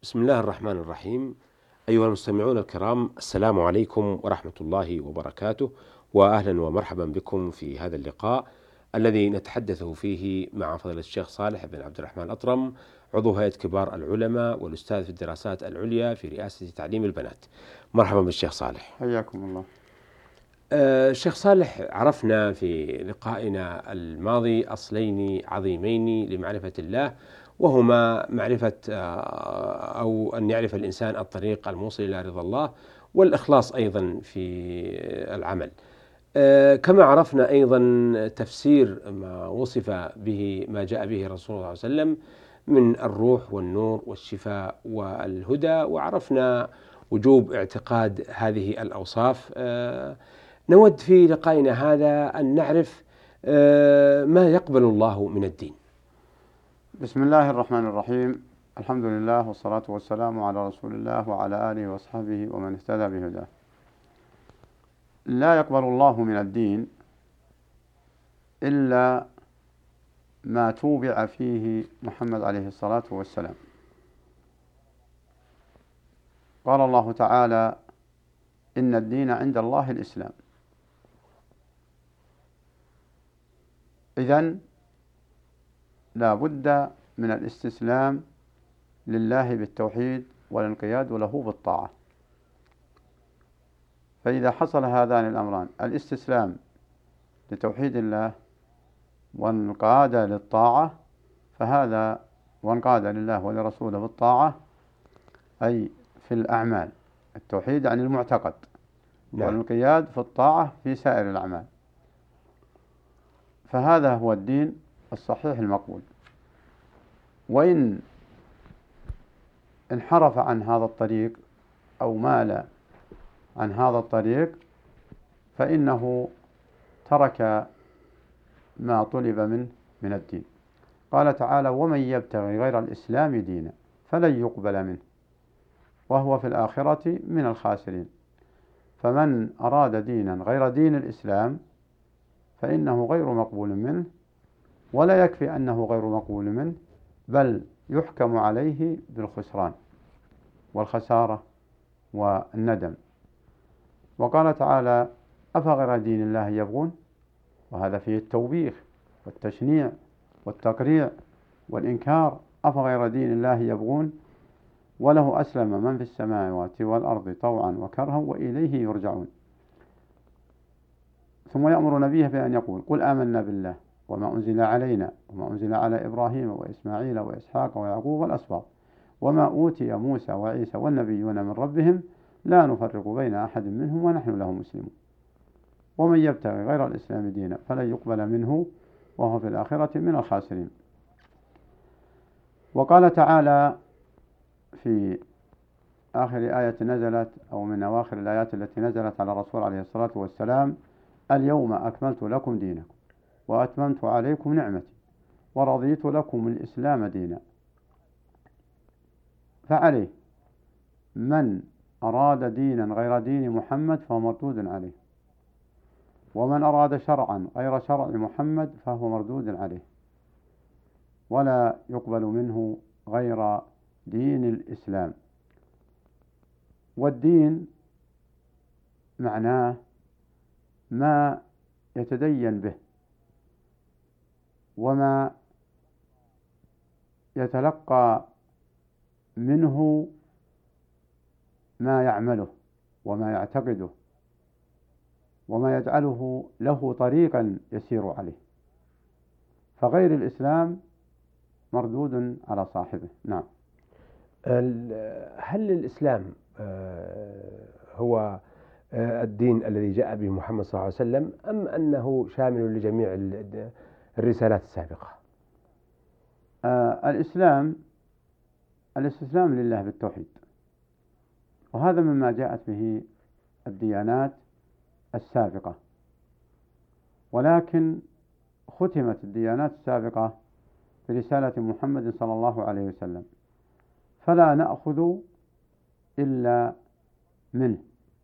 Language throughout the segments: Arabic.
بسم الله الرحمن الرحيم. أيها المستمعون الكرام، السلام عليكم ورحمة الله وبركاته، وأهلا ومرحبا بكم في هذا اللقاء الذي نتحدث فيه مع فضيلة الشيخ صالح بن عبد الرحمن الأطرم، عضو هيئة كبار العلماء والأستاذ في الدراسات العليا في رئاسة تعليم البنات. مرحبا بالشيخ صالح. حياكم الله. الشيخ صالح، عرفنا في لقائنا الماضي أصلين عظيمين لمعرفة الله، وهما معرفة أو أن يعرف الإنسان الطريق الموصل إلى رضا الله، والإخلاص أيضا في العمل. كما عرفنا أيضا تفسير ما وصف به ما جاء به رسول الله صلى الله عليه وسلم من الروح والنور والشفاء والهدى، وعرفنا وجوب اعتقاد هذه الأوصاف. نود في لقائنا هذا أن نعرف ما يقبل الله من الدين. بسم الله الرحمن الرحيم. الحمد لله والصلاة والسلام على رسول الله وعلى آله وصحبه ومن اهتدى بهداه. لا يقبل الله من الدين إلا ما توبع فيه محمد عليه الصلاة والسلام. قال الله تعالى: إن الدين عند الله الإسلام. إذن لا بد من الاستسلام لله بالتوحيد والانقياد له بالطاعة. فإذا حصل هذان الأمران، الاستسلام لتوحيد الله وانقاد للطاعة، فهذا وانقاد لله ولرسوله بالطاعة أي في الأعمال، التوحيد عن المعتقد، والانقياد في الطاعة في سائر الأعمال، فهذا هو الدين الصحيح المقبول. وإن انحرف عن هذا الطريق أو مال عن هذا الطريق فإنه ترك ما طلب منه من الدين. قال تعالى: ومن يبتغي غير الإسلام دينا فلن يقبل منه وهو في الآخرة من الخاسرين. فمن أراد دينا غير دين الإسلام فإنه غير مقبول منه، ولا يكفي أنه غير مقبول منه، بل يحكم عليه بالخسران والخسارة والندم. وقال تعالى: أفغير دين الله يبغون، وهذا فيه التوبيخ والتشنيع والتقريع والإنكار. أفغير دين الله يبغون وله أسلم من في السماوات والأرض طوعا وكرها وإليه يرجعون. ثم يأمر نبيه بأن يقول: قل آمنا بالله وما أنزل علينا وما أنزل على إبراهيم وإسماعيل وإسحاق ويعقوب والأسباط وما أوتي موسى وعيسى والنبيون من ربهم لا نفرق بين أحد منهم ونحن له مسلمون. ومن يبتغي غير الإسلام دينا فلن يقبل منه وهو في الآخرة من الخاسرين. وقال تعالى في آخر آية نزلت، أو من أواخر الآيات التي نزلت على الرسول عليه الصلاة والسلام: اليوم أكملت لكم دينكم وأتممت عليكم نعمتي ورضيت لكم الإسلام دينا. فعليه من أراد دينا غير دين محمد فهو مردود عليه، ومن أراد شرعا غير شرع محمد فهو مردود عليه، ولا يقبل منه غير دين الإسلام. والدين معناه ما يتدين به وما يتلقى منه ما يعمله وما يعتقده وما يجعله له طريقا يسير عليه، فغير الإسلام مردود على صاحبه. نعم. هل الإسلام هو الدين الذي جاء به محمد صلى الله عليه وسلم، أم أنه شامل لجميع الرسالات السابقة؟ الاستسلام لله بالتوحيد، وهذا مما جاءت به الديانات السابقة، ولكن ختمت الديانات السابقة برسالة محمد صلى الله عليه وسلم، فلا نأخذ إلا منه.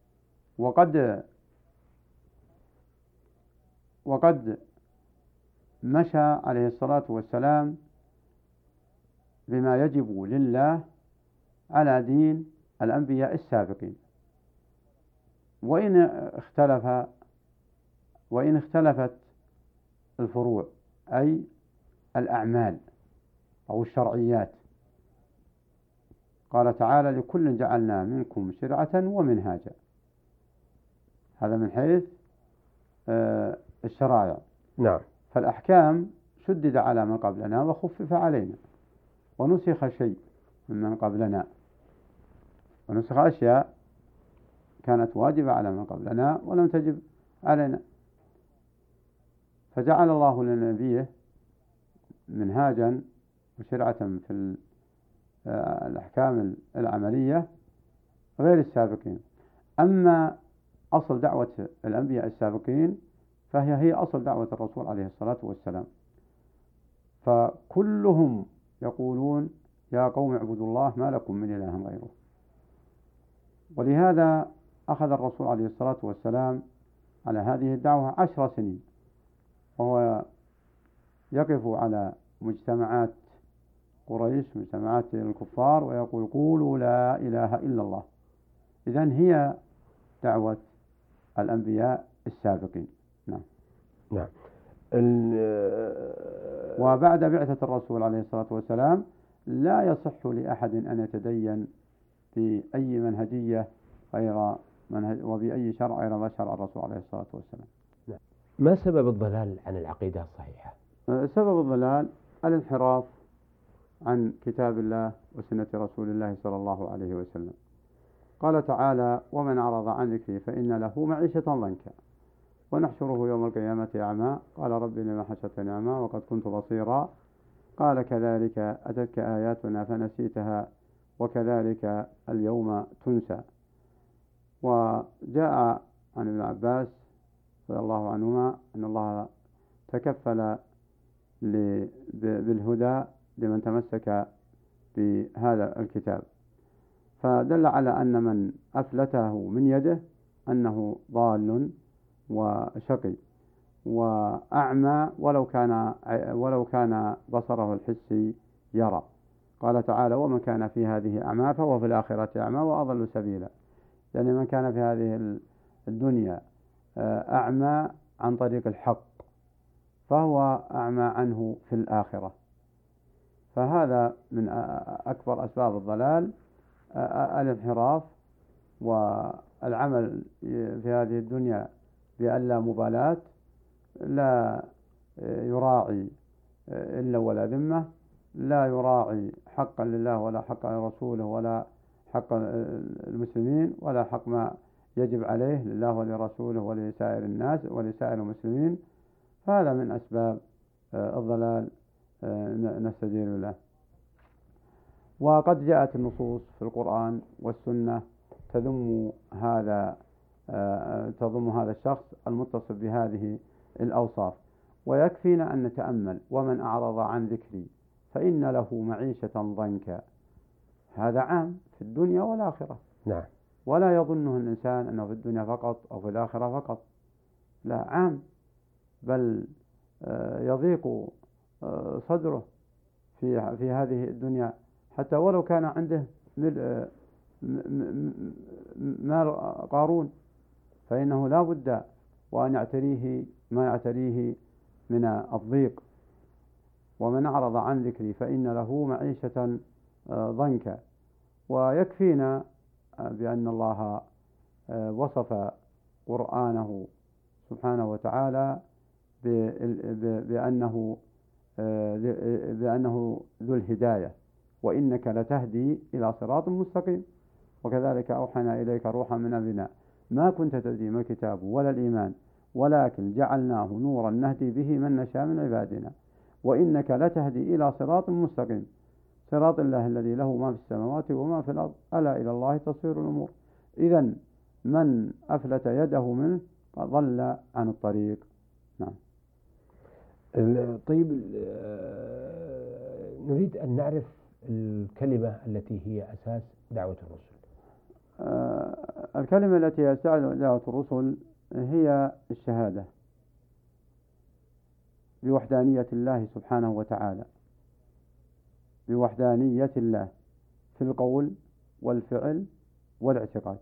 وقد مشى عليه الصلاة والسلام بما يجب لله على دين الأنبياء السابقين. وإن اختلفت الفروع أي الأعمال أو الشرعيات، قال تعالى: لكل جعلنا منكم شرعة ومنهاجا. هذا من حيث الشرائع. نعم. فالأحكام شدد على من قبلنا وخفف علينا، ونسخ شيء ممن قبلنا، ونسخ أشياء كانت واجبة على من قبلنا ولم تجب علينا. فجعل الله لنبيه منهاجا وشرعة في الأحكام العملية غير السابقين. أما أصل دعوة الأنبياء السابقين فهي أصل دعوة الرسول عليه الصلاة والسلام، فكلهم يقولون: يا قوم اعبدوا الله ما لكم من إله غيره. ولهذا أخذ الرسول عليه الصلاة والسلام على هذه الدعوة 10 سنين، وهو يقف على مجتمعات قريش، مجتمعات الكفار، ويقول: قولوا لا إله إلا الله. إذن هي دعوة الأنبياء السابقين. نعم. نعم. وبعد بعثة الرسول عليه الصلاة والسلام لا يصح لأحد أن يتدين بأي منهجية غير منهج وبأي شرع غير ما شرع الرسول عليه الصلاة والسلام. نعم. ما سبب الضلال عن العقيدة الصحيحة؟ سبب الضلال الانحراف عن كتاب الله وسنة رسول الله صلى الله عليه وسلم. قال تعالى: ومن أعرض عن ذكري فإن له معيشة ضنكا ونحشره يوم القيامة أعمى قال رب لما حشرتني أعمى وقد كنت بصيرا قال كذلك أتتك آياتنا فنسيتها وكذلك اليوم تنسى. وجاء عن ابن عباس رضي الله عنهما أن الله تكفل بالهدى لمن تمسك بهذا الكتاب، فدل على أن من أفلته من يده أنه ضال وشقي وأعمى ولو كان بصره الحسي يرى. قال تعالى: ومن كان في هذه أعمى فهو في الآخرة أعمى وأضل سبيلا. يعني من كان في هذه الدنيا أعمى عن طريق الحق فهو أعمى عنه في الآخرة. فهذا من أكبر أسباب الضلال، الانحراف والعمل في هذه الدنيا بألا مبالاة، لا يراعي إلا ولا ذمة، لا يراعي حقا لله ولا حقا لرسوله ولا حق المسلمين ولا حق ما يجب عليه لله ولرسوله ولسائر الناس ولسائر المسلمين. هذا من أسباب الضلال، نستجير له. وقد جاءت النصوص في القرآن والسنة تذم هذا الشخص المتصف بهذه الأوصاف، ويكفينا أن نتأمل: ومن أعرض عن ذكري فإن له معيشة ضنكا. هذا عام في الدنيا والآخرة. نعم. ولا يظنه الإنسان أنه في الدنيا فقط أو في الآخرة فقط، لا، عام، بل يضيق صدره في هذه الدنيا، حتى ولو كان عنده مال قارون فإنه لا بد وأن يعتريه ما يعتريه من الضيق. ومن أعرض عن ذكري فإن له معيشة ضنكا. ويكفينا بأن الله وصف قرآنه سبحانه وتعالى بأنه ذو الهداية: وإنك لتهدي إلى صراط مستقيم. وكذلك أوحينا إليك روحا من أمرنا ما كنت تدري ما الكتاب ولا الإيمان ولكن جعلناه نورا نهدي به من نشاء من عبادنا وإنك لتهدي إلى صراط مستقيم صراط الله الذي له ما في السماوات وما في الأرض ألا إلى الله تصير الأمور. إذن من أفلت يده منه ضل عن الطريق. نعم. طيب، نريد أن نعرف الكلمة التي هي أساس دعوة الرسل. الكلمة التي هي أساس دعوة الرسل هي الشهادة بوحدانية الله سبحانه وتعالى، بوحدانية الله في القول والفعل والاعتقاد.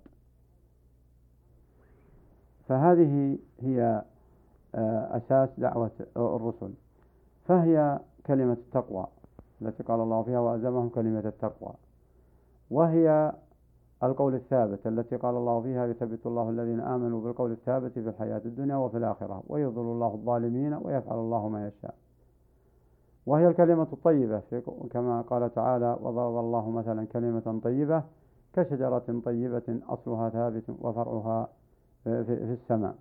فهذه هي أساس دعوة الرسل، فهي كلمة التقوى التي قال الله فيها وألزمهم كلمة التقوى، وهي القول الثابت التي قال الله فيها يثبت الله الذين آمنوا بالقول الثابت في الحياة الدنيا وفي الآخرة ويضل الله الظالمين ويفعل الله ما يشاء. وهي الكلمة الطيبة كما قال تعالى وضرب الله مثلا كلمة طيبة كشجرة طيبة أصلها ثابت وفرعها في السماء.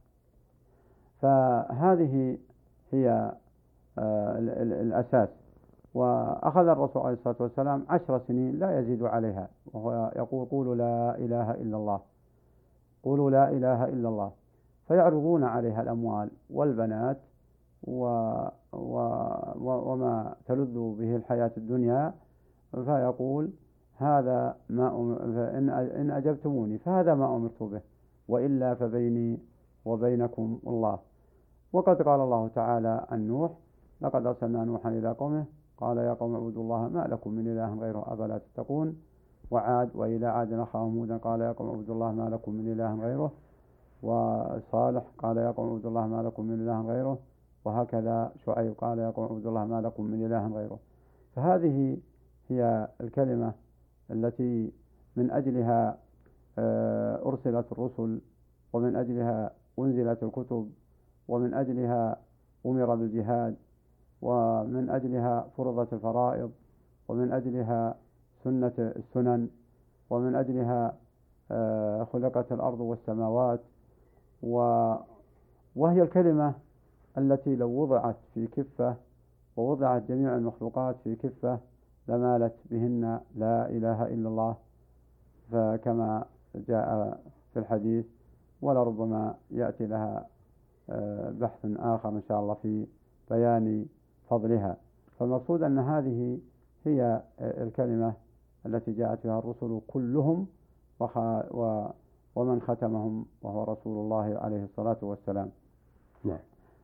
فهذه هي الأساس. وأخذ الرسول عليه الصلاة والسلام 10 سنين لا يزيد عليها، وهو يقول قولوا لا إله إلا الله، قولوا لا إله إلا الله، فيعرضون عليها الأموال والبنات وما تلذ به الحياة الدنيا، فيقول هذا ما إن أجبتموني فهذا ما أمرت به وإلا فبيني وبينكم الله. وقد قال الله تعالى عن نوح لقد أرسلنا نوحا إلى قومه قال يا قوم اعبدوا الله ما لكم من إله غيره أفلا تتقون. وعاد وإلى عاد أخاهم هودا قال يا قوم اعبدوا الله ما لكم من إله غيره. وصالح قال يا قوم اعبدوا الله ما لكم من إله غيره. وهكذا شعيب قال يا قوم اعبدوا الله ما لكم من إله غيره. فهذه هي الكلمة التي من أجلها أرسلت الرسل، ومن أجلها أنزلت الكتب، ومن أجلها أمر بالجهاد، ومن أجلها فرضت الفرائض، ومن أجلها سنة السنن، ومن أجلها خلقت الأرض والسماوات. وهي الكلمة التي لو وضعت في كفة ووضعت جميع المخلوقات في كفة لمالت بهن لا إله إلا الله، فكما جاء في الحديث، ولربما يأتي لها بحث آخر إن شاء الله في بيان فضلها. فالمقصود أن هذه هي الكلمة التي جاءت بها الرسل كلهم ومن ختمهم وهو رسول الله عليه الصلاة والسلام. نعم.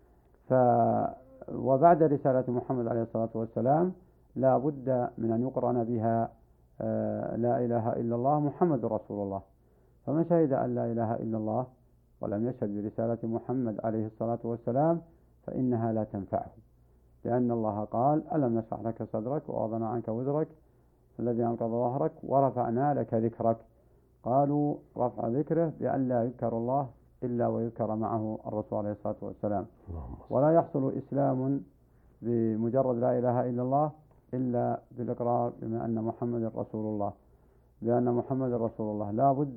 وبعد رسالة محمد عليه الصلاة والسلام لا بد من أن يقرن بها لا إله إلا الله محمد رسول الله. فمن شهد أن لا إله إلا الله ولم يشهد برسالة محمد عليه الصلاة والسلام فإنها لا تنفعه، لأن الله قال ألم نشرح لك صدرك ووضعنا عنك وزرك الذي أنقض ظهرك ورفعنا لك ذكرك. قالوا رفع ذكره بأن لا يذكر الله إلا ويذكر معه الرسول عليه الصلاة والسلام. ولا يحصل إسلام بمجرد لا إله إلا الله إلا بالإقرار بما أن محمد رسول الله، لأن محمد رسول الله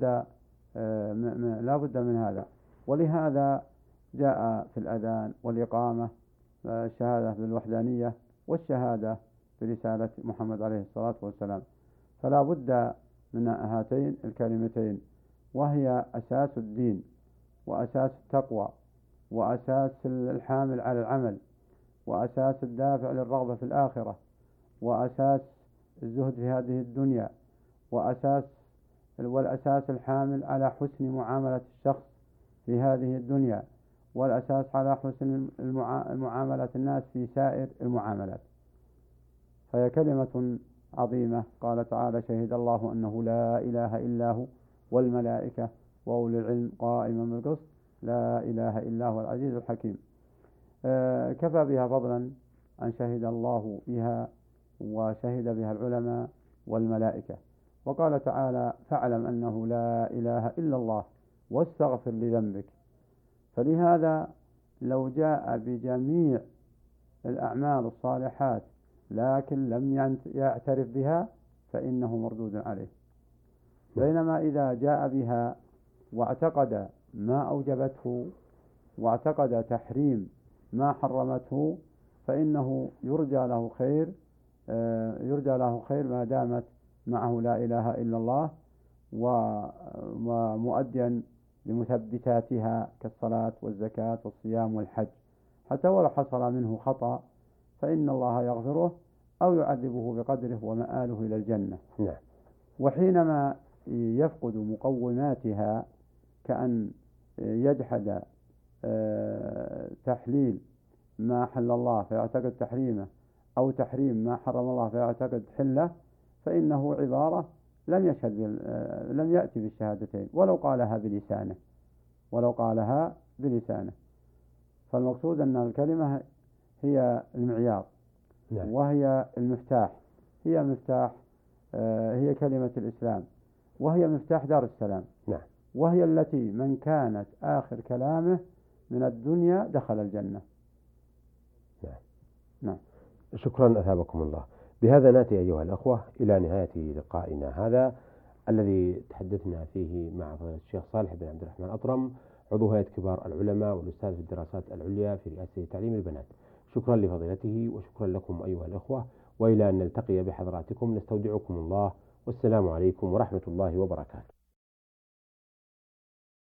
لا بد من هذا. ولهذا جاء في الأذان والإقامة الشهادة بالوحدانية والشهادة برسالة محمد عليه الصلاة والسلام. فلا بد من هاتين الكلمتين، وهي أساس الدين وأساس التقوى وأساس الحامل على العمل وأساس الدافع للرغبة في الآخرة وأساس الزهد في هذه الدنيا والأساس الحامل على حسن معاملة الشخص في هذه الدنيا، والأساس على حسن المعاملة الناس في سائر المعاملات. فهي كلمة عظيمة. قال تعالى شهد الله أنه لا إله إلا هو والملائكة وأولي العلم قائما بالقسط لا إله إلا هو العزيز الحكيم. كفى بها فضلا أن شهد الله بها وشهد بها العلماء والملائكة. وقال تعالى فاعلم أنه لا إله إلا الله واستغفر لذنبك. فلهذا لو جاء بجميع الأعمال الصالحات لكن لم يعترف بها فإنه مردود عليه، بينما إذا جاء بها واعتقد ما أوجبته واعتقد تحريم ما حرمته فإنه يرجى له خير ما دامت معه لا إله إلا الله ومؤديا لمثبتاتها كالصلاة والزكاة والصيام والحج، حتى ولو حصل منه خطأ فإن الله يغفره أو يعذبه بقدره ومآله إلى الجنة. نعم. وحينما يفقد مقوماتها كأن يجحد تحليل ما حل الله فيعتقد تحريمه أو تحريم ما حرم الله فيعتقد حله، فإنه عبارة لم يأتي بالشهادتين ولو قالها بلسانه. فالمقصود أن الكلمة هي المعيار، نعم. وهي المفتاح، هي كلمة الإسلام، وهي مفتاح دار السلام. نعم. وهي التي من كانت آخر كلامه من الدنيا دخل الجنة. نعم. نعم. شكرا أثابكم الله. بهذا نأتي أيها الأخوة إلى نهاية لقائنا هذا الذي تحدثنا فيه مع فضيلة الشيخ صالح بن عبد الرحمن الأطرم، عضو هيئة كبار العلماء والأستاذ في الدراسات العليا في رئاسة تعليم البنات. شكرا لفضيلته وشكرا لكم أيها الأخوة، وإلى أن نلتقي بحضراتكم نستودعكم الله، والسلام عليكم ورحمة الله وبركاته.